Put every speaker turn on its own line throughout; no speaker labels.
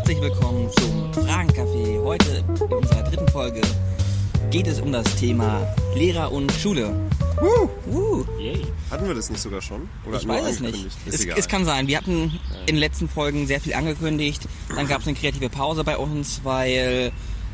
Herzlich willkommen zum Fragencafé. Heute in unserer dritten Folge geht es um das Thema Lehrer und Schule.
Yay. Hatten wir das nicht sogar schon? Oder
ich weiß es nicht. Es kann sein. Wir hatten in den letzten Folgen sehr viel angekündigt. Dann gab es eine kreative Pause bei uns, weil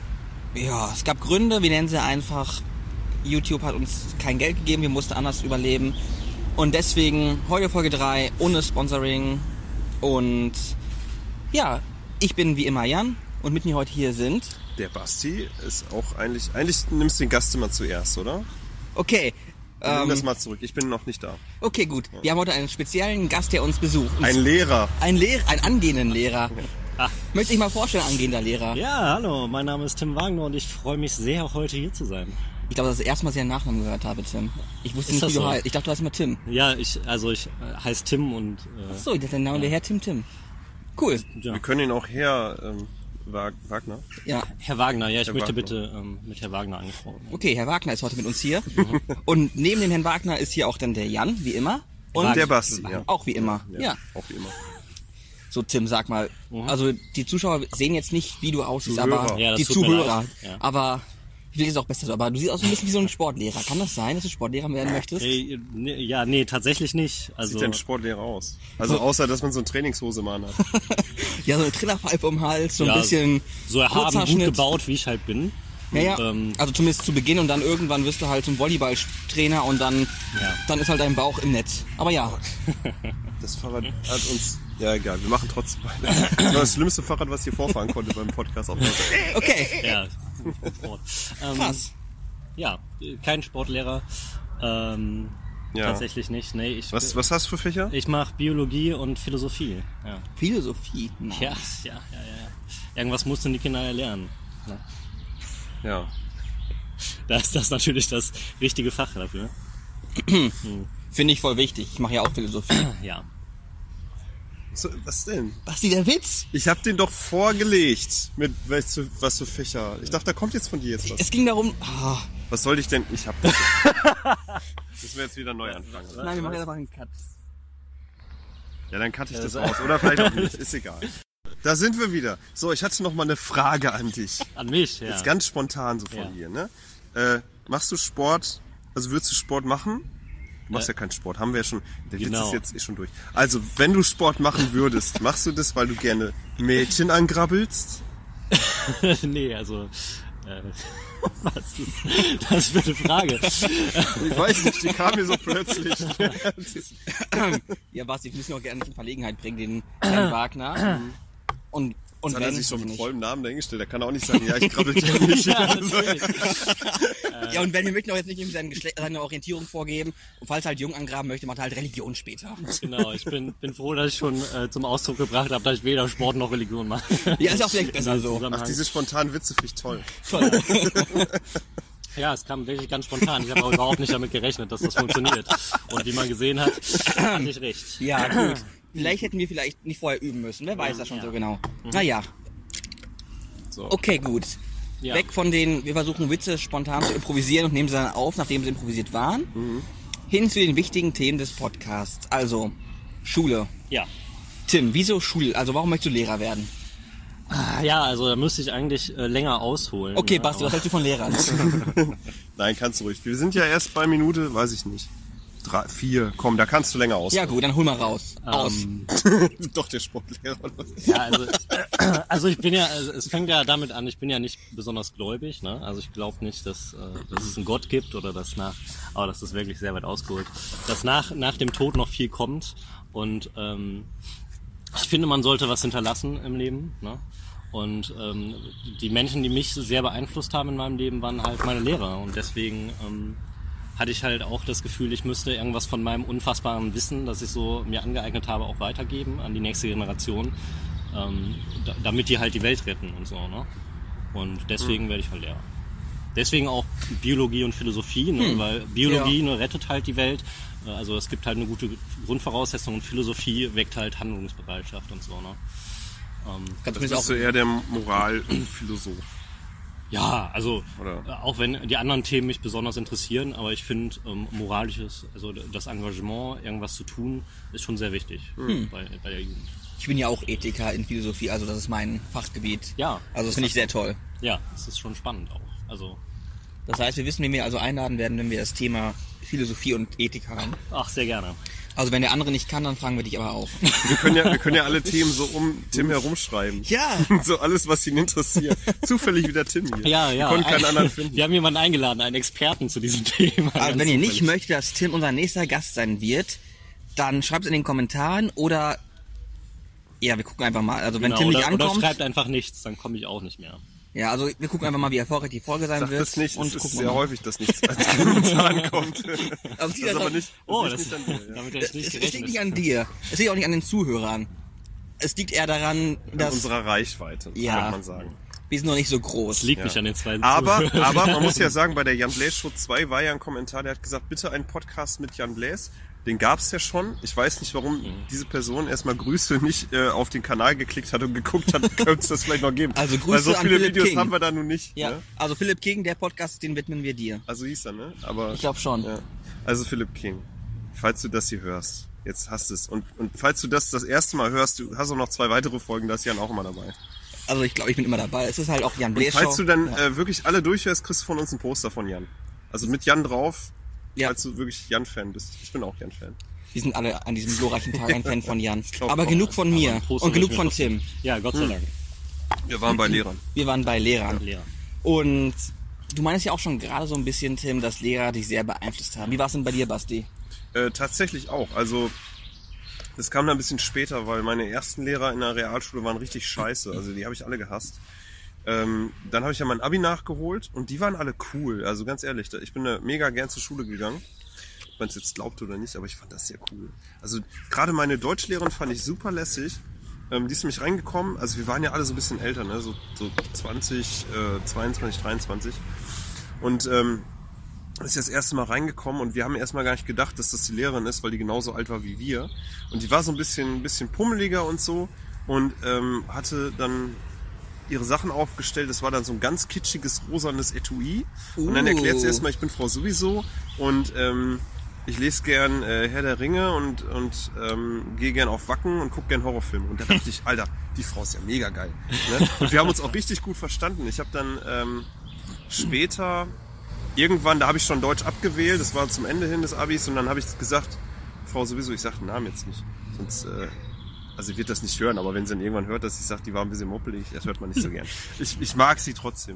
es gab Gründe. Wir nennen sie einfach. YouTube hat uns kein Geld gegeben. Wir mussten anders überleben. Und deswegen heute Folge 3 ohne Sponsoring. Und ja, ich bin wie immer Jan und mit mir heute hier sind...
Der Basti ist auch eigentlich nimmst du den Gast immer zuerst, oder?
Okay.
Nimm das mal zurück, ich bin noch nicht da.
Okay, gut. Ja. Wir haben heute einen speziellen Gast, der uns besucht.
Ein Lehrer.
Einen angehenden Lehrer. Möchte ich mal vorstellen, angehender Lehrer.
Ja, hallo, mein Name ist Tim Wagner und ich freue mich sehr, heute hier zu sein.
Ich glaube, das ist das erste Mal, dass ich einen Nachnamen gehört habe, Tim. Ich wusste nicht, wie du heißt. Ich dachte, du heißt immer Tim.
Ja, ich heiße Tim und...
Achso, ich dachte, der Name wäre Herr Tim. Cool.
Ja. Wir können ihn auch Herr Wagner.
Ja.
Herr Wagner, ja, ich möchte bitte mit Herr Wagner angesprochen werden.
Okay, Herr Wagner ist heute mit uns hier. Und neben dem Herrn Wagner ist hier auch dann der Jan, wie immer. Und
der Basti, ja.
Auch wie immer. Ja.
Auch wie immer.
So, Tim, sag mal. Also, die Zuschauer sehen jetzt nicht, wie du aussiehst, aber
ja,
die Zuhörer.
Ja.
Aber... Ich will jetzt auch besser so, aber du siehst aus ein bisschen wie so ein Sportlehrer. Kann das sein, dass du Sportlehrer werden möchtest?
Nee, tatsächlich nicht.
Also, sieht denn ein Sportlehrer aus? Also außer, dass man so eine Trainingshose mal hat.
Ja, so eine Trillerpfeife um den Hals, so ein bisschen
so erhaben, gut gebaut, wie ich halt bin.
Ja. Also zumindest zu Beginn und dann irgendwann wirst du halt zum Volleyballtrainer und dann ist halt dein Bauch im Netz. Aber ja.
Das Fahrrad hat uns... Ja, egal, wir machen trotzdem weiter. Das war das schlimmste Fahrrad, was hier vorfahren konnte beim Podcast.
Okay.
Ja.
Krass.
Ja, kein Sportlehrer. Tatsächlich nicht. Nee,
was hast du für Fächer?
Ich mache Biologie und Philosophie. Ja.
Philosophie? Nice.
Ja. Irgendwas mussten die Kinder ja lernen. Ne?
Ja.
Da ist das natürlich das richtige Fach dafür.
Finde ich voll wichtig. Ich mache ja auch Philosophie.
Ja.
So, was denn?
Basti, der Witz?
Ich hab den doch vorgelegt mit was für Fächer. Ich dachte, da kommt jetzt von dir jetzt was.
Es ging darum...
Was soll ich denn? Ich hab das. Müssen wir jetzt wieder neu anfangen, oder?
Nein, wir machen jetzt einfach einen Cut.
Ja, dann cutte ich das raus. Oder vielleicht auch nicht. Ist egal. Da sind wir wieder. So, ich hatte noch mal eine Frage an dich.
An mich, ja.
Jetzt ganz spontan so von dir, ne? Machst du Sport? Also würdest du Sport machen? Du machst ja keinen Sport, haben wir ja schon. Der Witz ist jetzt schon durch. Also, wenn du Sport machen würdest, machst du das, weil du gerne Mädchen angrabbelst?
Nee, also... was ist das für eine Frage?
Ich weiß nicht, die kam mir so plötzlich.
Ja, Basti, ich muss ihn auch gerne nicht in Verlegenheit bringen, den Herrn Wagner. Und
das hat er sich schon mit vollem Namen dahingestellt. Der kann auch nicht sagen, ja, ich krabbel dich nicht.
Ja, und wenn wir möchten auch jetzt nicht irgendwie seine Orientierung vorgeben. Und falls er halt jung angraben möchte, macht er halt Religion später.
Genau, ich bin froh, dass ich schon zum Ausdruck gebracht habe, dass ich weder Sport noch Religion mache.
Ja, ist auch vielleicht besser so.
Ach, diese spontanen Witze finde ich toll.
Ja, es kam wirklich ganz spontan. Ich habe auch überhaupt nicht damit gerechnet, dass das funktioniert. Und wie man gesehen hat, hatte ich recht.
Ja, gut. Vielleicht hätten wir nicht vorher üben müssen. Wer weiß das schon so genau. Naja.
So.
Okay, gut. Ja. Weg von wir versuchen Witze spontan zu improvisieren und nehmen sie dann auf, nachdem sie improvisiert waren. Hin zu den wichtigen Themen des Podcasts. Also, Schule.
Ja.
Tim, wieso Schule? Also, warum möchtest du Lehrer werden?
Ja, also da müsste ich eigentlich länger ausholen.
Okay, Basti, was hältst du von Lehrern?
Nein, kannst du ruhig. Wir sind ja erst bei Minute, weiß ich nicht. 3, 4, komm, da kannst du länger aus.
Ja gut, dann hol mal raus.
Doch, der Sportlehrer.
Ja, also ich bin ja, es fängt ja damit an, ich bin ja nicht besonders gläubig, ne? Also ich glaube nicht, dass es einen Gott gibt oder aber das ist wirklich sehr weit ausgeholt, dass nach dem Tod noch viel kommt und ich finde, man sollte was hinterlassen im Leben, ne? Und die Menschen, die mich sehr beeinflusst haben in meinem Leben, waren halt meine Lehrer und deswegen hatte ich halt auch das Gefühl, ich müsste irgendwas von meinem unfassbaren Wissen, das ich so mir angeeignet habe, auch weitergeben an die nächste Generation, damit die halt die Welt retten und so, ne? Und deswegen werde ich halt Lehrer. Deswegen auch Biologie und Philosophie, ne? Weil Biologie rettet halt die Welt. Also es gibt halt eine gute Grundvoraussetzung und Philosophie weckt halt Handlungsbereitschaft und so, ne?
Das bist du eher der Moralphilosoph.
Ja, also auch wenn die anderen Themen mich besonders interessieren, aber ich finde moralisches, also das Engagement, irgendwas zu tun, ist schon sehr wichtig bei der Jugend.
Ich bin ja auch Ethiker in Philosophie, also das ist mein Fachgebiet.
Ja.
Also das finde ich sehr toll.
Ja, das ist schon spannend auch. Also
das heißt, wir wissen, wen wir also einladen werden, wenn wir das Thema Philosophie und Ethik haben.
Ach, sehr gerne.
Also wenn der andere nicht kann, dann fragen wir dich aber auch.
Wir können ja alle Themen so um Tim herumschreiben.
Ja.
So alles, was ihn interessiert. Zufällig wieder Tim hier.
Ja.
Wir konnten keinen anderen finden.
Wir haben jemanden eingeladen, einen Experten zu diesem Thema.
Also wenn ihr nicht möchtet, dass Tim unser nächster Gast sein wird, dann schreibt es in den Kommentaren oder... Ja, wir gucken einfach mal. Also wenn Tim nicht ankommt...
Oder schreibt einfach nichts, dann komme ich auch nicht mehr.
Ja, also wir gucken einfach mal, wie erfolgreich die Folge sein wird.
Das nicht,
und
es ist sehr häufig, dass nichts als Kommentar kommt.
Das ist aber nicht,
nicht an dir. Ja. Damit hätte ich nicht gerechnet.
Es liegt nicht an dir. Es liegt auch nicht an den Zuhörern. Es liegt eher daran, dass...
An unserer Reichweite, kann man sagen.
Wir sind noch nicht so groß.
Es liegt nicht an den zwei
aber man muss ja sagen, bei der Jan Bläs Show 2 war ja ein Kommentar, der hat gesagt, bitte einen Podcast mit Jan Bläs. Den gab's ja schon. Ich weiß nicht, warum diese Person erstmal Grüße nicht auf den Kanal geklickt hat und geguckt hat, könnte es das vielleicht noch geben.
Also Grüße
Weil so viele
an Philipp
Videos
King.
haben wir da nun nicht.
Ja,
ne?
also Philipp King, der Podcast, den widmen wir dir.
Also hieß er, ne? Aber
ich glaube schon.
Ja. Also Philipp King, falls du das hier hörst, jetzt hast du es. Und falls du das erste Mal hörst, du hast auch noch 2 weitere Folgen, da ist Jan auch immer dabei.
Also ich glaube, ich bin immer dabei. Es ist halt auch Jan Bläs Show.
Falls du dann wirklich alle durchhörst, kriegst du von uns ein Poster von Jan. Also mit Jan drauf, falls du wirklich Jan-Fan bist. Ich bin auch Jan-Fan.
Wir sind alle an diesem glorreichen Tag ein Fan von Jan. Aber
auch.
genug von mir und genug von Tim.
Ja, Gott sei Dank.
Wir waren bei Lehrern.
Wir waren bei Lehrern.
Lehrer.
Und du meinst ja auch schon gerade so ein bisschen, Tim, dass Lehrer dich sehr beeinflusst haben. Wie war es denn bei dir, Basti?
Tatsächlich auch. Also das kam dann ein bisschen später, weil meine ersten Lehrer in der Realschule waren richtig scheiße. Also die habe ich alle gehasst. Dann habe ich ja mein Abi nachgeholt und die waren alle cool. Also ganz ehrlich, ich bin mega gern zur Schule gegangen. Ob man es jetzt glaubt oder nicht, aber ich fand das sehr cool. Also gerade meine Deutschlehrerin fand ich super lässig. Die ist nämlich reingekommen. Also wir waren ja alle so ein bisschen älter, ne? So 20, 22, 23. Und ist das erste Mal reingekommen und wir haben erstmal gar nicht gedacht, dass das die Lehrerin ist, weil die genauso alt war wie wir. Und die war so ein bisschen pummeliger und so und hatte dann ihre Sachen aufgestellt. Das war dann so ein ganz kitschiges, rosanes Etui. Und dann erklärt sie erstmal, ich bin Frau sowieso und ich lese gern Herr der Ringe und gehe gern auf Wacken und gucke gern Horrorfilme. Und da dachte ich, Alter, die Frau ist ja mega geil. Ne? Und wir haben uns auch richtig gut verstanden. Ich habe dann später... Irgendwann, da habe ich schon Deutsch abgewählt, das war zum Ende hin des Abis und dann habe ich gesagt, Frau sowieso, ich sage den Namen jetzt nicht, sonst, also sie wird das nicht hören, aber wenn sie dann irgendwann hört, dass ich sage, die war ein bisschen moppelig, das hört man nicht so gern. Ich mag sie trotzdem.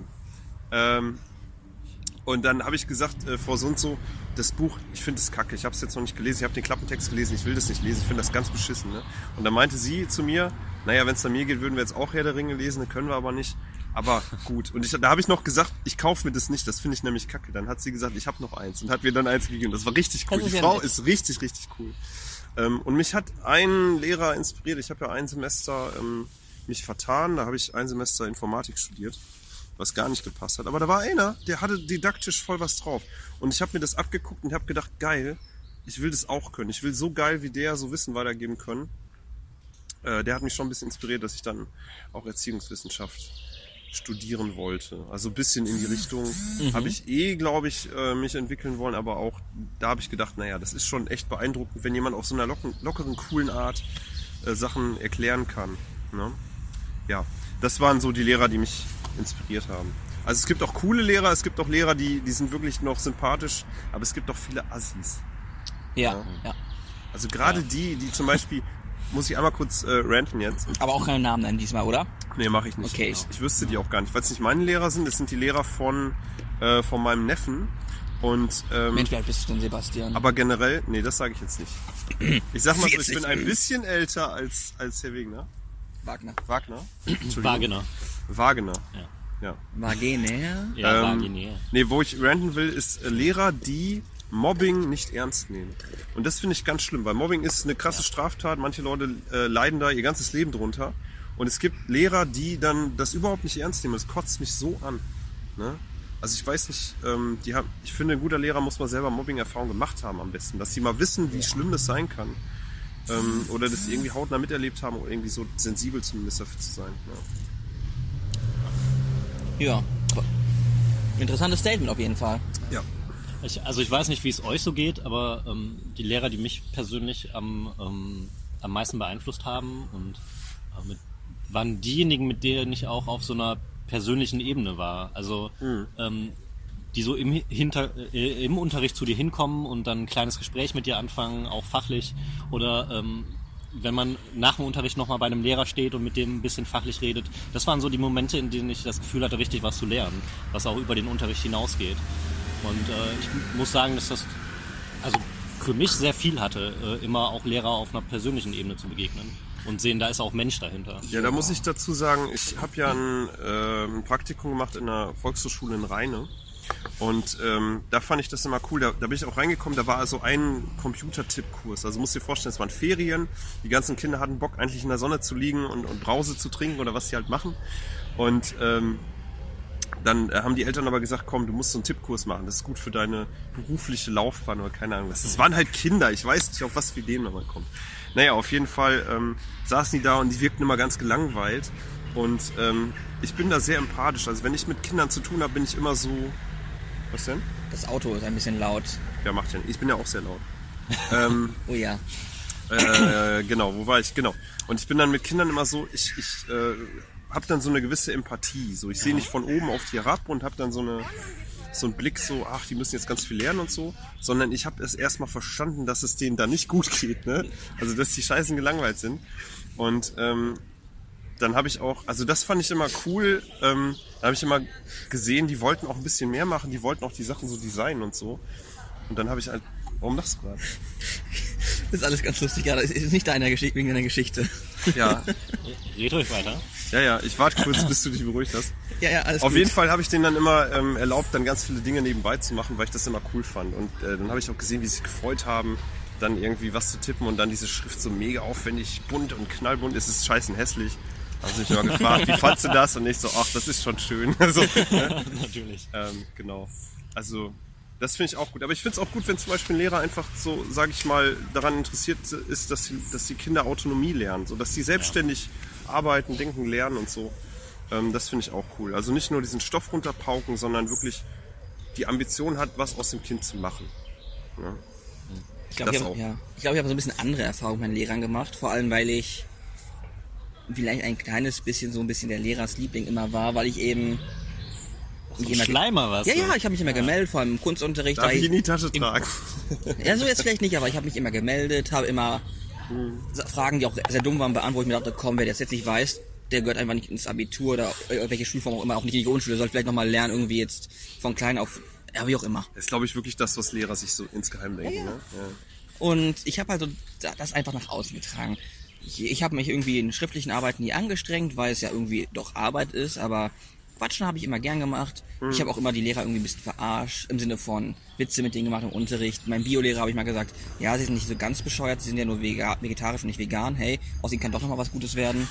Und dann habe ich gesagt, Frau so und so, das Buch, ich finde es kacke, ich habe es jetzt noch nicht gelesen, ich habe den Klappentext gelesen, ich will das nicht lesen, ich finde das ganz beschissen. Ne? Und dann meinte sie zu mir, naja, wenn es an mir geht, würden wir jetzt auch Herr der Ringe lesen, können wir aber nicht. Aber gut. Und da habe ich noch gesagt, ich kaufe mir das nicht, das finde ich nämlich kacke. Dann hat sie gesagt, ich habe noch eins und hat mir dann eins gegeben. Das war richtig cool. Die Frau ist richtig, richtig cool. Und mich hat ein Lehrer inspiriert. Ich habe ja ein Semester mich vertan. Da habe ich ein Semester Informatik studiert, was gar nicht gepasst hat. Aber da war einer, der hatte didaktisch voll was drauf. Und ich habe mir das abgeguckt und habe gedacht, geil, ich will das auch können. Ich will so geil wie der so Wissen weitergeben können. Der hat mich schon ein bisschen inspiriert, dass ich dann auch Erziehungswissenschaft studieren wollte. Also ein bisschen in die Richtung habe ich glaube ich, mich entwickeln wollen, aber auch da habe ich gedacht, naja, das ist schon echt beeindruckend, wenn jemand auf so einer lockeren, coolen Art Sachen erklären kann. Ne? Ja, das waren so die Lehrer, die mich inspiriert haben. Also es gibt auch coole Lehrer, es gibt auch Lehrer, die sind wirklich noch sympathisch, aber es gibt auch viele Assis.
Ja.
Also gerade die zum Beispiel, muss ich einmal kurz ranten jetzt.
Aber auch keine Namen nennen diesmal, oder?
Nee, mache ich nicht.
Okay.
Ich wüsste die auch gar nicht, weil es nicht meine Lehrer sind, es sind die Lehrer von meinem Neffen. Und,
Mensch, wie alt bist du denn, Sebastian?
Aber generell, nee, das sage ich jetzt nicht. Ich sag mal so, ich bin ein bisschen älter als Herr Wegener.
Wagner.
Wagener.
Ja.
Wagener?
Ja, Wagener.
Nee, wo ich ranten will, ist Lehrer, die Mobbing nicht ernst nehmen. Und das finde ich ganz schlimm, weil Mobbing ist eine krasse Straftat. Manche Leute leiden da ihr ganzes Leben drunter. Und es gibt Lehrer, die dann das überhaupt nicht ernst nehmen. Das kotzt mich so an. Ne? Also ich weiß nicht, ich finde, ein guter Lehrer muss mal selber Mobbing-Erfahrung gemacht haben am besten. Dass sie mal wissen, wie schlimm das sein kann. Oder das irgendwie hautnah miterlebt haben, oder irgendwie so sensibel zumindest dafür zu sein.
Ja. Interessantes Statement auf jeden Fall.
Ja.
Ich weiß nicht, wie es euch so geht, aber die Lehrer, die mich persönlich am am meisten beeinflusst haben und waren diejenigen, mit denen ich auch auf so einer persönlichen Ebene war. Also die so im Unterricht zu dir hinkommen und dann ein kleines Gespräch mit dir anfangen, auch fachlich. Oder wenn man nach dem Unterricht nochmal bei einem Lehrer steht und mit dem ein bisschen fachlich redet. Das waren so die Momente, in denen ich das Gefühl hatte, richtig was zu lernen, was auch über den Unterricht hinausgeht. Und ich muss sagen, dass das also für mich sehr viel hatte, immer auch Lehrer auf einer persönlichen Ebene zu begegnen und sehen, da ist auch Mensch dahinter.
Ja, da muss ich dazu sagen, ich habe ja ein Praktikum gemacht in der Volkshochschule in Rheine. Und da fand ich das immer cool, da bin ich auch reingekommen, da war also ein Computertippkurs. Also musst dir vorstellen, es waren Ferien, die ganzen Kinder hatten Bock eigentlich in der Sonne zu liegen und Brause zu trinken oder was sie halt machen. Und dann haben die Eltern aber gesagt, komm, du musst so einen Tippkurs machen, das ist gut für deine berufliche Laufbahn oder keine Ahnung was. Das waren halt Kinder, ich weiß nicht, auf was für Ideen man kommt. Naja, auf jeden Fall saßen die da und die wirkten immer ganz gelangweilt. Und ich bin da sehr empathisch, also wenn ich mit Kindern zu tun habe, bin ich immer so... Was denn?
Das Auto ist ein bisschen laut.
Ja, macht ja nicht. Ich bin ja auch sehr laut.
Oh ja.
Genau, wo war ich? Genau. Und ich bin dann mit Kindern immer so, ich habe dann so eine gewisse Empathie. So, ich sehe nicht von oben auf die herab und habe dann so einen Blick so, ach, die müssen jetzt ganz viel lernen und so, sondern ich habe es erstmal verstanden, dass es denen da nicht gut geht, ne? Also, dass die Scheißen gelangweilt sind. Und dann habe ich auch, also das fand ich immer cool, da habe ich immer gesehen, die wollten auch ein bisschen mehr machen, die wollten auch die Sachen so designen und so. Und dann habe ich halt, warum lachst du gerade?
Das ist alles ganz lustig, ja, das ist nicht wegen deiner Geschichte.
Ja.
Red ruhig weiter.
Ja, ich warte kurz, bis du dich beruhigt hast.
Ja, alles
Auf
gut.
jeden Fall habe ich denen dann immer erlaubt, dann ganz viele Dinge nebenbei zu machen, weil ich das immer cool fand. Und dann habe ich auch gesehen, wie sie sich gefreut haben, dann irgendwie was zu tippen und dann diese Schrift so mega aufwendig, bunt und knallbunt, es ist scheißen hässlich. Haben sie mich immer gefragt, wie fandst du das? Und ich so, ach, das ist schon schön. Also,
Natürlich.
Genau. Also, das finde ich auch gut. Aber ich finde es auch gut, wenn zum Beispiel ein Lehrer einfach so, sage ich mal, daran interessiert ist, dass die Kinder Autonomie lernen. So, dass sie selbstständig arbeiten, denken, lernen und so. Das finde ich auch cool. Also nicht nur diesen Stoff runterpauken, sondern wirklich die Ambition hat, was aus dem Kind zu machen. Ja.
Ich glaube, ich habe so ein bisschen andere Erfahrungen mit meinen Lehrern gemacht. Vor allem, weil ich vielleicht ein kleines bisschen so ein bisschen der Lehrersliebling immer war, weil ich eben
so ein Schleimer warst.
Ja, ich habe mich immer gemeldet, vor allem im Kunstunterricht.
Darf ich in die Tasche tragen?
Ja, so jetzt vielleicht nicht, aber ich habe mich immer gemeldet, habe immer Fragen, die auch sehr dumm waren, beantwortet. Ich mir dachte, komm, wer das jetzt nicht weiß, der gehört einfach nicht ins Abitur oder welche Schulform auch immer, auch nicht in die Grundschule, soll vielleicht nochmal lernen, irgendwie jetzt von klein auf, ja, wie auch immer.
Das ist, glaube ich, wirklich das, was Lehrer sich so insgeheim denken. Ja. Ne? Ja.
Und ich habe halt so das einfach nach außen getragen. Ich habe mich irgendwie in schriftlichen Arbeiten nie angestrengt, weil es ja irgendwie doch Arbeit ist, aber Quatschen habe ich immer gern gemacht. Ich habe auch immer die Lehrer irgendwie ein bisschen verarscht, im Sinne von Witze mit denen gemacht im Unterricht. Meinem Biolehrer habe ich mal gesagt, ja, sie sind nicht so ganz bescheuert, sie sind ja nur vegetarisch und nicht vegan. Hey, aus ihnen kann doch nochmal was Gutes werden.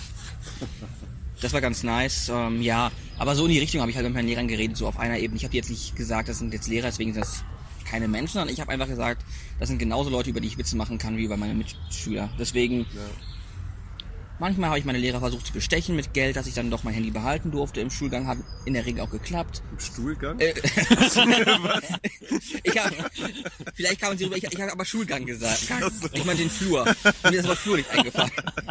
Das war ganz nice. Ja, aber so in die Richtung habe ich halt mit meinen Lehrern geredet, so auf einer Ebene. Ich habe jetzt nicht gesagt, das sind jetzt Lehrer, deswegen sind das keine Menschen, sondern ich habe einfach gesagt, das sind genauso Leute, über die ich Witze machen kann, wie über meine Mitschüler. Deswegen... Ja. Manchmal habe ich meine Lehrer versucht zu bestechen mit Geld, dass ich dann doch mein Handy behalten durfte. Im Schulgang hat in der Regel auch geklappt.
Im Stuhlgang?
Was? Vielleicht kamen sie rüber, ich habe aber Schulgang gesagt. Ich meine den Flur. Mir ist aber Flur nicht eingefallen.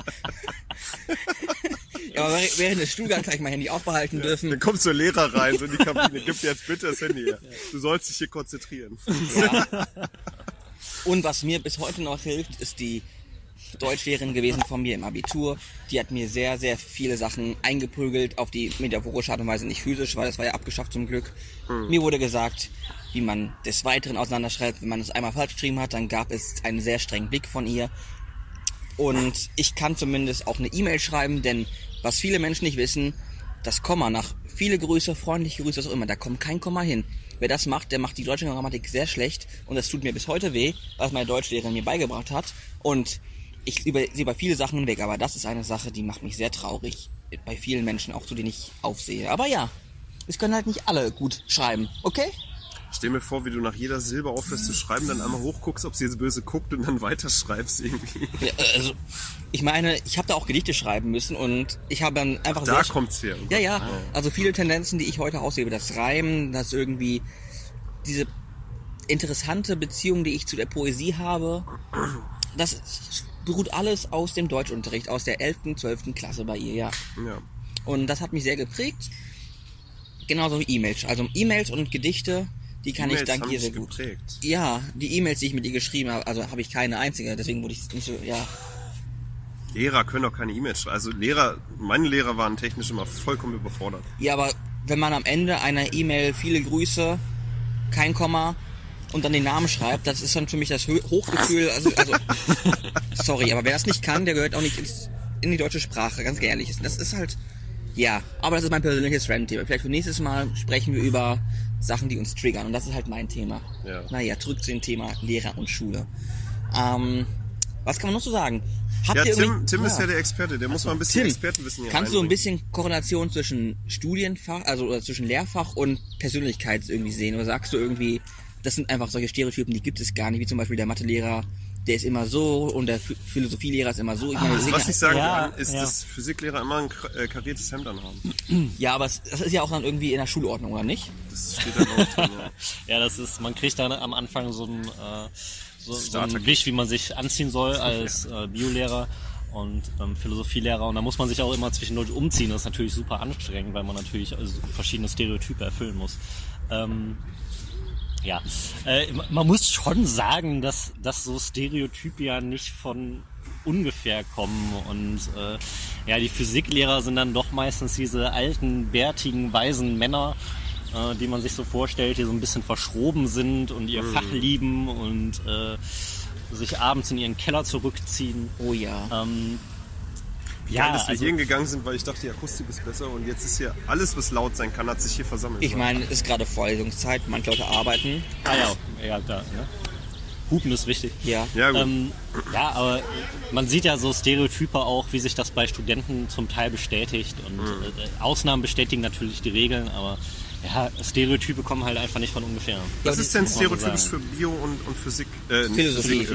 Ja, aber während des Schulgangs habe ich mein Handy auch behalten dürfen.
Dann kommt so ein Lehrer rein, so in die Kabine, gib dir jetzt bitte das Handy her. Du sollst dich hier konzentrieren.
Ja. Und was mir bis heute noch hilft, ist die Deutschlehrerin gewesen von mir im Abitur. Die hat mir sehr, sehr viele Sachen eingeprügelt, auf die metaphorische Art und Weise, nicht physisch, weil das war ja abgeschafft zum Glück. Mir wurde gesagt, wie man des Weiteren auseinanderschreibt. Wenn man es einmal falsch geschrieben hat, dann gab es einen sehr strengen Blick von ihr. Und ich kann zumindest auch eine E-Mail schreiben, denn was viele Menschen nicht wissen, das Komma nach viele Grüße, freundliche Grüße, was auch immer, da kommt kein Komma hin. Wer das macht, der macht die deutsche Grammatik sehr schlecht und das tut mir bis heute weh, was meine Deutschlehrerin mir beigebracht hat. Und ich sehe bei vielen Sachen hinweg, aber das ist eine Sache, die macht mich sehr traurig. Bei vielen Menschen, auch zu denen ich aufsehe. Aber ja, es können halt nicht alle gut schreiben, okay?
Stell mir vor, wie du nach jeder Silbe aufhörst zu schreiben, dann einmal hochguckst, ob sie jetzt böse guckt und dann weiterschreibst irgendwie.
Ja, also, ich meine, ich habe da auch Gedichte schreiben müssen und ich habe dann einfach...
Da kommt's her.
Ja, also viele Tendenzen, die ich heute auslebe, das Reimen, das irgendwie diese interessante Beziehung, die ich zu der Poesie habe, das beruht alles aus dem Deutschunterricht, aus der 11., 12. Klasse bei ihr, ja. Und das hat mich sehr geprägt. Genauso wie E-Mails. Also E-Mails und Gedichte, die kann ich dank ihr sehr gut. Geprägt. Ja, die E-Mails, die ich mit ihr geschrieben habe, also habe ich keine einzige, deswegen wurde ich nicht so, ja.
Lehrer können auch keine E-Mails schreiben. Also meine Lehrer waren technisch immer vollkommen überfordert.
Ja, aber wenn man am Ende einer E-Mail viele Grüße, kein Komma und dann den Namen schreibt, das ist dann für mich das Hochgefühl, also sorry, aber wer das nicht kann, der gehört auch nicht in die deutsche Sprache, ganz ehrlich. Das ist halt, ja, aber das ist mein persönliches Rant-Thema. Vielleicht für nächstes Mal sprechen wir über Sachen, die uns triggern und das ist halt mein Thema. Ja. Naja, zurück zu dem Thema Lehrer und Schule. Was kann man noch so sagen?
Tim ist ja der Experte, der muss mal ein bisschen Expertenwissen hier
kannst du ein bisschen Korrelation zwischen Studienfach, also oder zwischen Lehrfach und Persönlichkeit irgendwie sehen? Oder sagst du irgendwie, das sind einfach solche Stereotypen, die gibt es gar nicht, wie zum Beispiel der Mathelehrer, der ist immer so und der Philosophielehrer ist immer so. Ich meine,
was ich sagen kann, ist, dass Physiklehrer immer ein kariertes Hemd anhaben.
Ja, aber das ist ja auch dann irgendwie in der Schulordnung, oder nicht?
Das steht dann auch drin, ja.
Ja, das ist, man kriegt dann am Anfang so ein Wisch, wie man sich anziehen soll als Biolehrer und Philosophielehrer. Und da muss man sich auch immer zwischendurch umziehen. Das ist natürlich super anstrengend, weil man natürlich verschiedene Stereotype erfüllen muss. Man muss schon sagen, dass so Stereotype ja nicht von ungefähr kommen. Und die Physiklehrer sind dann doch meistens diese alten, bärtigen, weisen Männer, die man sich so vorstellt, die so ein bisschen verschroben sind und ihr Fach lieben und sich abends in ihren Keller zurückziehen.
Oh ja.
Wie geil, dass wir hier hingegangen sind, weil ich dachte, die Akustik ist besser und jetzt ist hier alles, was laut sein kann, hat sich hier versammelt.
Ich meine, es ist gerade Vorlesungszeit, manche Leute arbeiten.
Ja, da, ne? Hupen ist wichtig.
Ja.
Ja, gut.
Aber man sieht ja so Stereotype auch, wie sich das bei Studenten zum Teil bestätigt und Ausnahmen bestätigen natürlich die Regeln, aber ja, Stereotype kommen halt einfach nicht von ungefähr.
Was ist denn stereotypisch für Bio und Physik?
Philosophie.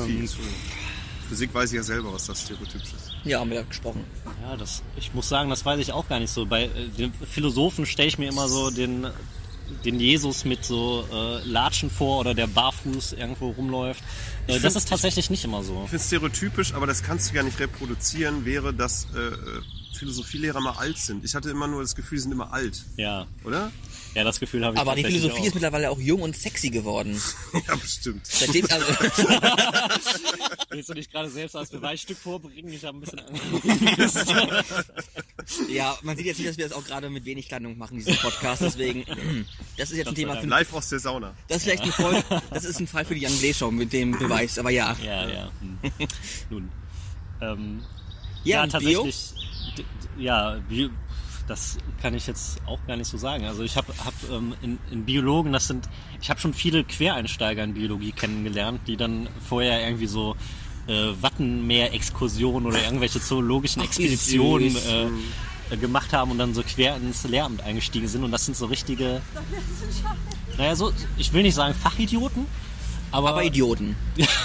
Physik weiß ich ja selber, was das stereotypisch ist.
Ja, haben wir ja gesprochen.
Ja, ich muss sagen, das weiß ich auch gar nicht so. Bei den Philosophen stelle ich mir immer so den Jesus mit so Latschen vor oder der barfuß irgendwo rumläuft. Das ist tatsächlich nicht immer so.
Ich finde es stereotypisch, aber das kannst du ja nicht reproduzieren, wäre, dass Philosophielehrer mal alt sind. Ich hatte immer nur das Gefühl, sie sind immer alt.
Ja.
Oder?
Ja, das Gefühl habe ich
aber die Philosophie ist mittlerweile auch jung und sexy geworden.
Ja, bestimmt.
Seitdem,
willst du dich gerade selbst als Beweisstück vorbringen? Ich habe ein bisschen Angst.
Ja, man sieht jetzt nicht, dass wir das auch gerade mit wenig Kleidung machen, diesen Podcast. Deswegen, das ist jetzt ein Thema für...
Live aus der Sauna.
Das ist vielleicht eine Folge, das ist ein Fall für die Jan Lee Show mit dem Beweis, aber ja.
Ja. Nun.
Ja,
tatsächlich. Bio, das kann ich jetzt auch gar nicht so sagen. Also ich habe in Biologen, ich habe schon viele Quereinsteiger in Biologie kennengelernt, die dann vorher irgendwie so Wattenmeer-Exkursionen oder irgendwelche zoologischen Expeditionen gemacht haben und dann so quer ins Lehramt eingestiegen sind. Und das sind so richtige, ich will nicht sagen Fachidioten, aber
Idioten.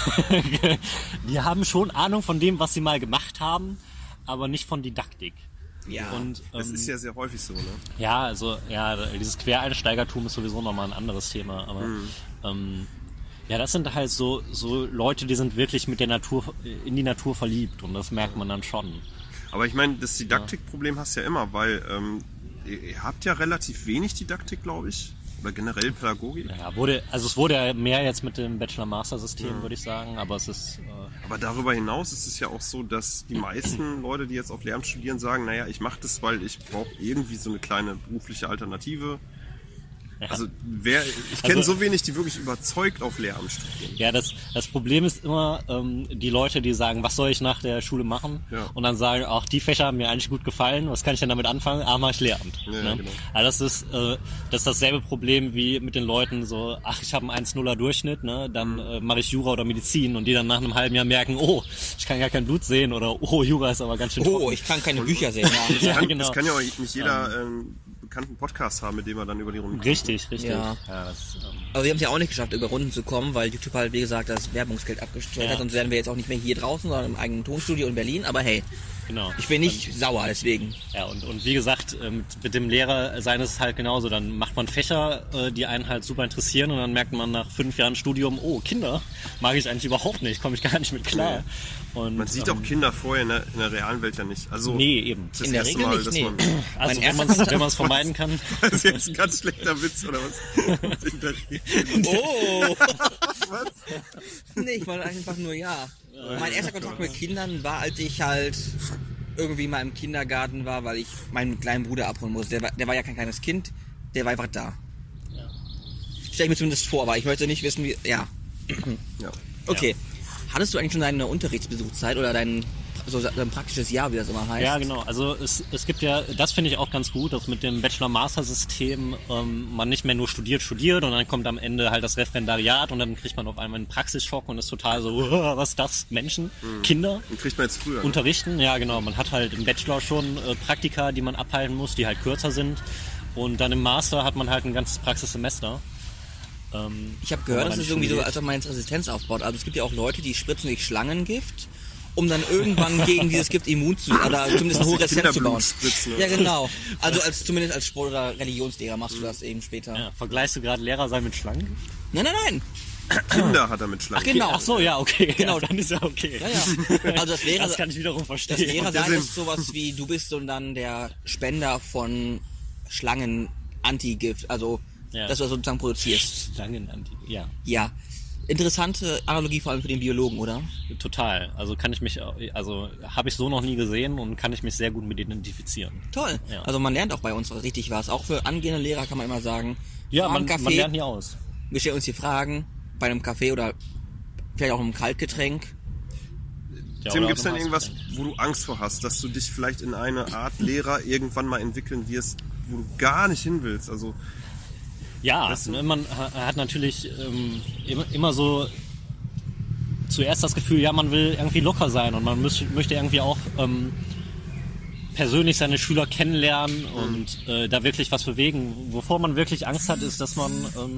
Die haben schon Ahnung von dem, was sie mal gemacht haben, aber nicht von Didaktik.
Ja,
und das ist ja sehr häufig so, ne?
Ja, also dieses Quereinsteigertum ist sowieso nochmal ein anderes Thema, aber das sind halt so Leute, die sind wirklich in die Natur verliebt und das merkt man dann schon.
Aber ich meine, das Didaktikproblem hast du ja immer, weil ihr habt ja relativ wenig Didaktik, glaube ich. Oder generell Pädagogik?
Ja, es wurde ja mehr jetzt mit dem Bachelor-Master-System, würde ich sagen, aber es ist...
Aber darüber hinaus ist es ja auch so, dass die meisten Leute, die jetzt auf Lehramt studieren, sagen, naja, ich mache das, weil ich brauche irgendwie so eine kleine berufliche Alternative. Ja. Also ich kenne so wenig, die wirklich überzeugt auf Lehramt studieren.
Ja, das Problem ist immer die Leute, die sagen, was soll ich nach der Schule machen? Ja. Und dann sagen, ach, die Fächer haben mir eigentlich gut gefallen, was kann ich denn damit anfangen? Mache ich Lehramt. Ja, ne? Genau. Also das ist dasselbe Problem wie mit den Leuten so, ach, ich habe einen 1,0er Durchschnitt, ne? Dann mache ich Jura oder Medizin und die dann nach einem halben Jahr merken, oh, ich kann gar kein Blut sehen oder oh, Jura ist aber ganz schön trocken.
Oh, ich kann keine Bücher sehen.
Genau. Das kann ja auch nicht jeder bekannten Podcast haben, mit dem er dann über die Runden kommt.
Richtig.
Ja. Also wir haben es ja auch nicht geschafft, über Runden zu kommen, weil YouTube halt, wie gesagt, das Werbungsgeld abgestellt hat. Und so werden wir jetzt auch nicht mehr hier draußen, sondern im eigenen Tonstudio in Berlin. Aber hey,
Genau.
Ich bin nicht sauer, deswegen.
Ja, und wie gesagt, mit dem Lehrer sein ist es halt genauso. Dann macht man Fächer, die einen halt super interessieren und dann merkt man nach 5 Jahren Studium, oh, Kinder mag ich eigentlich überhaupt nicht, komme ich gar nicht mit klar. Und,
man sieht auch Kinder vorher in der realen Welt ja nicht. Also
nee, eben.
In der Regel nicht, nee.
Also wenn man es vermeiden kann.
Das ist jetzt ein ganz schlechter Witz, oder was?
Oh! Was? Nee, ich wollte einfach nur, ja. Mein erster Kontakt mit Kindern war, als ich halt irgendwie mal im Kindergarten war, weil ich meinen kleinen Bruder abholen musste. Der war ja kein kleines Kind, der war einfach da. Ja. Stell ich mir zumindest vor, aber ich möchte nicht wissen, wie... Ja.
Ja.
Okay. Ja. Hattest du eigentlich schon deine Unterrichtsbesuchszeit oder dein praktisches Jahr, wie das immer heißt?
Ja, genau. Also es gibt ja, das finde ich auch ganz gut, dass mit dem Bachelor-Master-System man nicht mehr nur studiert und dann kommt am Ende halt das Referendariat und dann kriegt man auf einmal einen Praxisschock und ist total so, was ist das? Menschen? Kinder?
Den kriegt man jetzt früher.
Unterrichten? Ja, genau. Man hat halt im Bachelor schon Praktika, die man abhalten muss, die halt kürzer sind. Und dann im Master hat man halt ein ganzes Praxissemester.
Ich habe gehört, das ist irgendwie so, als ob man jetzt Resistenz aufbaut. Also es gibt ja auch Leute, die spritzen sich Schlangengift, um dann irgendwann gegen dieses Gift immun zu oder zumindest eine hohe Resistenz zu bauen. Ja, genau. Also zumindest als Sport- oder Religionslehrer machst du das eben später.
Ja, vergleichst du gerade Lehrer sein mit Schlangengift?
Nein.
Kinder hat er mit Schlangengift.
Ach, genau.
Ach so, ja, okay. Genau, dann ist ja okay.
Ja. Also das
kann ich wiederum verstehen.
Das Lehrer sein ist sowas wie, du bist so dann der Spender von Schlangen-Antigift, also dass du das sozusagen produzierst.
Schlangen-Antigift, ja.
Ja. Interessante Analogie vor allem für den Biologen, oder?
Total. Also habe ich so noch nie gesehen und kann ich mich sehr gut mit identifizieren.
Toll. Ja. Also man lernt auch bei uns richtig was. Auch für angehende Lehrer kann man immer sagen,
ja, man lernt nie aus.
Wir stellen uns hier Fragen bei einem Kaffee oder vielleicht auch einem Kaltgetränk.
Ja, Tim, gibt's denn irgendwas, wo du Angst vor hast, dass du dich vielleicht in eine Art Lehrer irgendwann mal entwickeln wirst, wo du gar nicht hin willst? Also
ja, man hat natürlich immer so zuerst das Gefühl, ja, man will irgendwie locker sein und man möchte irgendwie auch persönlich seine Schüler kennenlernen und da wirklich was bewegen. Wovor man wirklich Angst hat, ist, dass man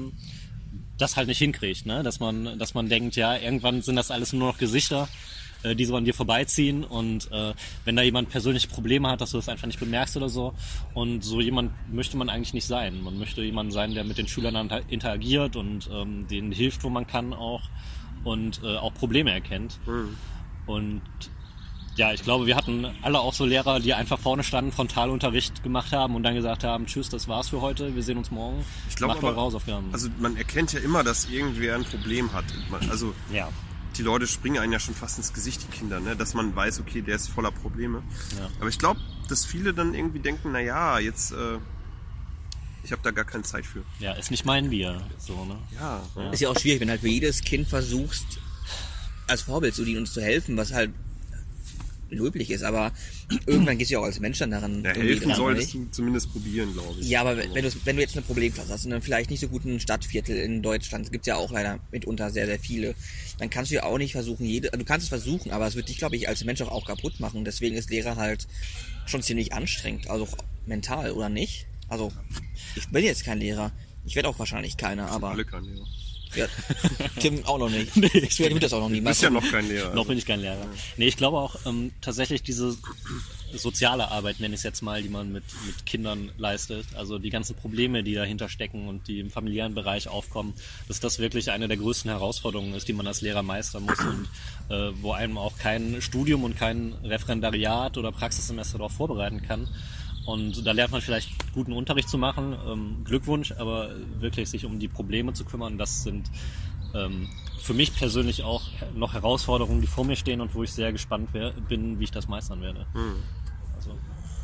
das halt nicht hinkriegt, ne? Dass man denkt, ja, irgendwann sind das alles nur noch Gesichter, die so an dir vorbeiziehen und wenn da jemand persönliche Probleme hat, dass du das einfach nicht bemerkst oder so, und so jemand möchte man eigentlich nicht sein. Man möchte jemand sein, der mit den Schülern interagiert und denen hilft, wo man kann auch und auch Probleme erkennt. Und ja, ich glaube, wir hatten alle auch so Lehrer, die einfach vorne standen, Frontalunterricht gemacht haben und dann gesagt haben, tschüss, das war's für heute, wir sehen uns morgen.
Ich glaube,
macht eure Hausaufgaben.
Also man erkennt ja immer, dass irgendwer ein Problem hat. Also
ja.
Die Leute springen einem ja schon fast ins Gesicht, die Kinder, ne? Dass man weiß, okay, der ist voller Probleme.
Ja.
Aber ich glaube, dass viele dann irgendwie denken, naja, jetzt, ich habe da gar keine Zeit für.
Ja, ist nicht mein Bier. So, ne?
Ja.
Ist ja auch schwierig, wenn halt für jedes Kind versuchst, als Vorbild zu dienen und zu helfen, was halt löblich ist, aber irgendwann gehst du ja auch als Mensch dann daran.
Ja, helfen solltest du zumindest probieren, glaube ich.
Ja, aber wenn du jetzt eine Problemklasse hast und dann vielleicht nicht so guten Stadtviertel in Deutschland, gibt's ja auch leider mitunter sehr, sehr viele, dann kannst du ja auch nicht versuchen, du kannst es versuchen, aber es wird dich, glaube ich, als Mensch auch kaputt machen. Deswegen ist Lehrer halt schon ziemlich anstrengend, also auch mental, oder nicht? Also, ich bin jetzt kein Lehrer. Ich werde auch wahrscheinlich keiner, aber...
alle kein Lehrer.
Ja, Tim auch noch nicht. Ich werde das auch noch nie.
Du bist ja noch kein Lehrer.
Noch bin ich kein Lehrer. Nee, ich glaube auch tatsächlich diese soziale Arbeit, nenne ich es jetzt mal, die man mit Kindern leistet, also die ganzen Probleme, die dahinter stecken und die im familiären Bereich aufkommen, dass das wirklich eine der größten Herausforderungen ist, die man als Lehrer meistern muss und wo einem auch kein Studium und kein Referendariat oder Praxissemester darauf vorbereiten kann. Und da lernt man vielleicht guten Unterricht zu machen, Glückwunsch, aber wirklich sich um die Probleme zu kümmern, das sind für mich persönlich auch noch Herausforderungen, die vor mir stehen und wo ich sehr gespannt bin, wie ich das meistern werde. Also.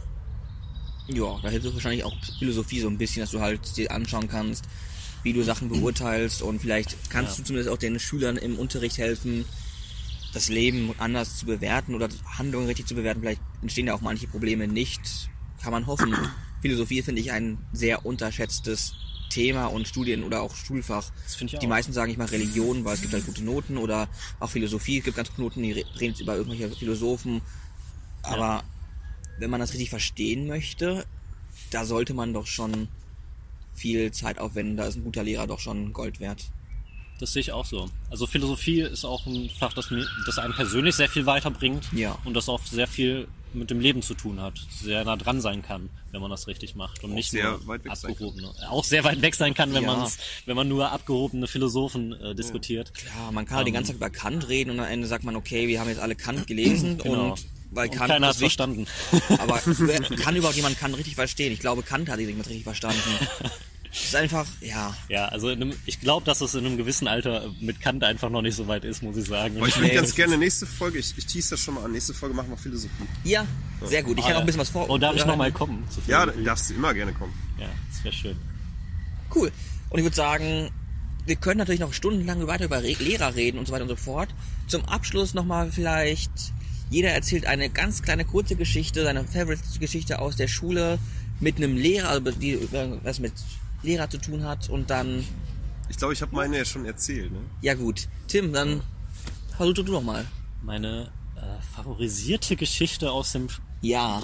Ja, da hilft es wahrscheinlich auch Philosophie so ein bisschen, dass du halt dir anschauen kannst, wie du Sachen beurteilst und vielleicht kannst du zumindest auch den Schülern im Unterricht helfen, das Leben anders zu bewerten oder Handlungen richtig zu bewerten. Vielleicht entstehen ja auch manche Probleme nicht. Kann man hoffen. Philosophie finde ich ein sehr unterschätztes Thema und Studien- oder auch Schulfach.
Das finde ich auch.
Die meisten sagen, ich mache Religion, weil es gibt halt gute Noten, oder auch Philosophie, es gibt ganz gute Noten, die reden jetzt über irgendwelche Philosophen. Aber wenn man das richtig verstehen möchte, da sollte man doch schon viel Zeit aufwenden. Da ist ein guter Lehrer doch schon Gold wert.
Das sehe ich auch so. Also Philosophie ist auch ein Fach, das einen persönlich sehr viel weiterbringt
Ja.
und das auf sehr viel mit dem Leben zu tun hat, sehr nah dran sein kann, wenn man das richtig macht und nicht
sehr
nur
weit weg
abgehobene. Auch sehr weit weg sein kann, wenn man nur abgehobene Philosophen diskutiert.
Klar, man kann die ganze Zeit über Kant reden und am Ende sagt man, okay, wir haben jetzt alle Kant gelesen
Genau.
und weil Kant
keiner hat es verstanden.
Aber kann überhaupt jemand Kant richtig verstehen? Ich glaube, Kant hat ihn nicht richtig verstanden. Das ist einfach, ja.
Ja, also ich glaube, dass es in einem gewissen Alter mit Kant einfach noch nicht so weit ist, muss ich sagen.
Aber ich würde ganz gerne nächste Folge, ich tease das schon mal an, nächste Folge machen wir Philosophie.
Ja, sehr gut. Ich kann auch ein bisschen was vor.
Oh, darf ich nochmal kommen?
Ja, darfst du immer gerne kommen.
Ja, das wäre schön.
Cool. Und ich würde sagen, wir können natürlich noch stundenlang weiter über Lehrer reden und so weiter und so fort. Zum Abschluss nochmal vielleicht, jeder erzählt eine ganz kleine kurze Geschichte, seine Favorite-Geschichte aus der Schule mit einem Lehrer, also die was mit Lehrer zu tun hat und dann...
Ich glaube, ich habe meine ja schon erzählt, ne?
Ja gut. Tim, dann versuch du doch mal.
Meine favorisierte Geschichte aus dem...
Ja.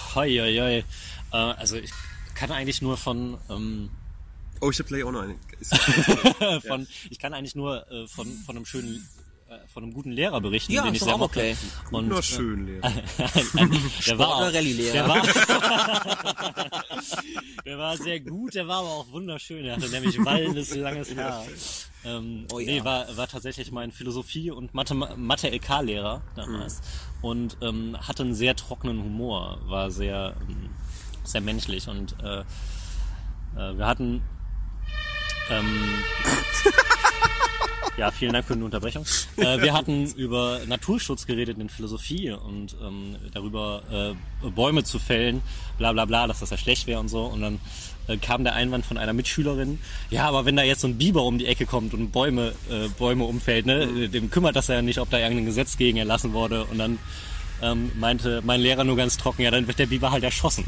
Also ich kann eigentlich nur von...
Oh, ich habe gleich auch noch eine.
Ich kann eigentlich nur von einem schönen... von einem guten Lehrer berichten,
ja,
den ich sehr mochte.
Okay.
Und nur schön Lehrer.
Der war
oder Rallye-Lehrer.
Der war sehr gut, der war aber auch wunderschön. Er hatte nämlich wallendes, langes Haar. Nee, war tatsächlich mein Philosophie- und Mathe-LK-Lehrer damals. Und hatte einen sehr trockenen Humor, war sehr, sehr menschlich. Und wir hatten... Ja, vielen Dank für die Unterbrechung. Wir hatten über Naturschutz geredet in Philosophie und darüber Bäume zu fällen, bla bla bla, dass das ja schlecht wäre und so. Und dann kam der Einwand von einer Mitschülerin, ja, aber wenn da jetzt so ein Biber um die Ecke kommt und Bäume umfällt, ne, dem kümmert das ja nicht, ob da irgendein Gesetz gegen erlassen wurde. Und dann meinte mein Lehrer nur ganz trocken, ja, dann wird der Biber halt erschossen.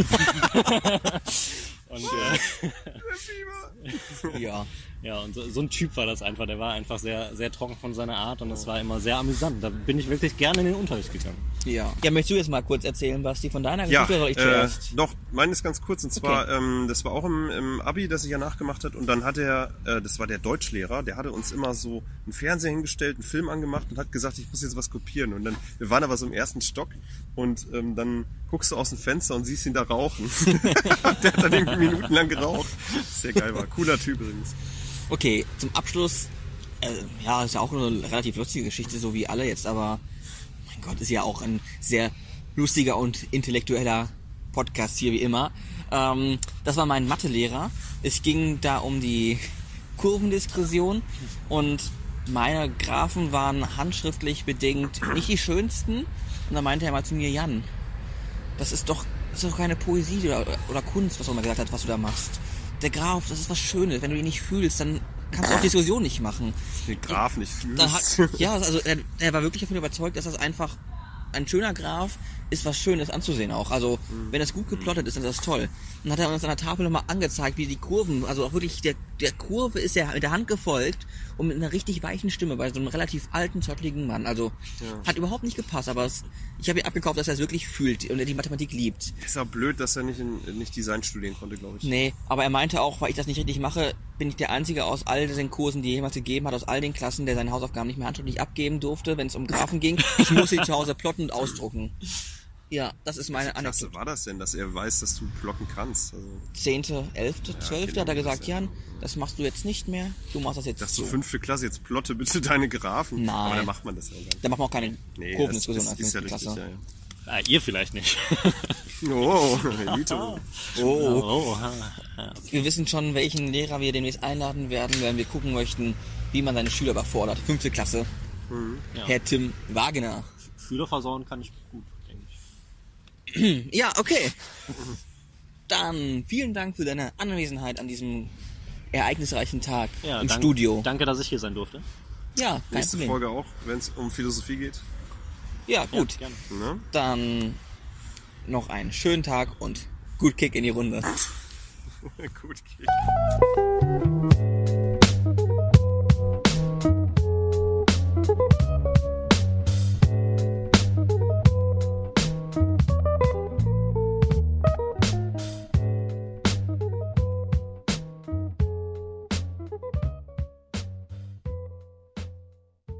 Und
ja.
Ja, und so ein Typ war das einfach. Der war einfach sehr, sehr trocken von seiner Art und es war immer sehr amüsant. Da bin ich wirklich gerne in den Unterricht gegangen.
Ja. Ja, möchtest du jetzt mal kurz erzählen, Basti, von deiner Geschichte, oder soll ich zuerst?
Doch, meine ist ganz kurz. Und zwar, das war auch im Abi, das ich ja nachgemacht hat. Und dann hat das war der Deutschlehrer, der hatte uns immer so einen Fernseher hingestellt, einen Film angemacht und hat gesagt, ich muss jetzt was kopieren. Und dann, wir waren aber so im ersten Stock und dann guckst du aus dem Fenster und siehst ihn da rauchen. Der hat dann irgendwie minutenlang geraucht. Sehr geil war. Cooler Typ übrigens.
Okay, zum Abschluss, ja, ist ja auch eine relativ lustige Geschichte, so wie alle jetzt, aber mein Gott, ist ja auch ein sehr lustiger und intellektueller Podcast hier, wie immer. Das war mein Mathelehrer. Es ging da um die Kurvendiskussion und meine Graphen waren handschriftlich bedingt nicht die schönsten. Und da meinte er mal zu mir, Jan, das ist doch keine Poesie oder Kunst, was er mal gesagt hat, was du da machst. Der Graph, das ist was Schönes. Wenn du ihn nicht fühlst, dann kannst du auch Diskussion nicht machen.
Den Graph nicht fühlst.
Ja, also er war wirklich davon überzeugt, dass das einfach ein schöner Graph ist, was Schönes anzusehen auch. Also wenn das gut geplottet ist, dann ist das toll. Dann hat er uns an der Tafel nochmal angezeigt, wie die Kurven, also auch wirklich der Kurve ist er mit der Hand gefolgt und mit einer richtig weichen Stimme bei so einem relativ alten, zottligen Mann. Also hat überhaupt nicht gepasst, aber ich habe ihm abgekauft, dass er es wirklich fühlt und er die Mathematik liebt.
Ist auch blöd, dass er nicht Design studieren konnte, glaube ich.
Nee, aber er meinte auch, weil ich das nicht richtig mache, bin ich der Einzige aus all den Kursen, die er jemals gegeben hat, aus all den Klassen, der seine Hausaufgaben nicht mehr handschriftlich abgeben durfte, wenn es um Graphen ging. Ich muss sie zu Hause plotten und ausdrucken. Ja, das ist meine Anekdote.
Was war das denn, dass er weiß, dass du plotten kannst? Also
10., 11., 12. hat er gesagt, Jan, das machst du jetzt nicht mehr, du machst das jetzt
so.
so.
5. Klasse, jetzt plotte bitte deine Graphen.
Nein.
Aber da macht man das ja gar nicht.
Da machen wir auch keine Kurvendiskussion als 5. Klasse.
Ja.
Ah, ihr vielleicht nicht.
Oh, Elito.
Oh. Wir wissen schon, welchen Lehrer wir demnächst einladen werden, wenn wir gucken möchten, wie man seine Schüler überfordert. 5. Klasse. Ja. Herr Tim Wagner.
Schüler versauen kann ich gut, denke ich.
Ja, okay. Dann vielen Dank für deine Anwesenheit an diesem ereignisreichen Tag im Studio.
Danke, dass ich hier sein durfte.
Ja, kein
Nächste
Problem.
Folge auch, wenn es um Philosophie geht.
Ja, gut.
Ja,
ne?
Dann noch einen schönen Tag und gut Kick in die Runde.
Gut Kick.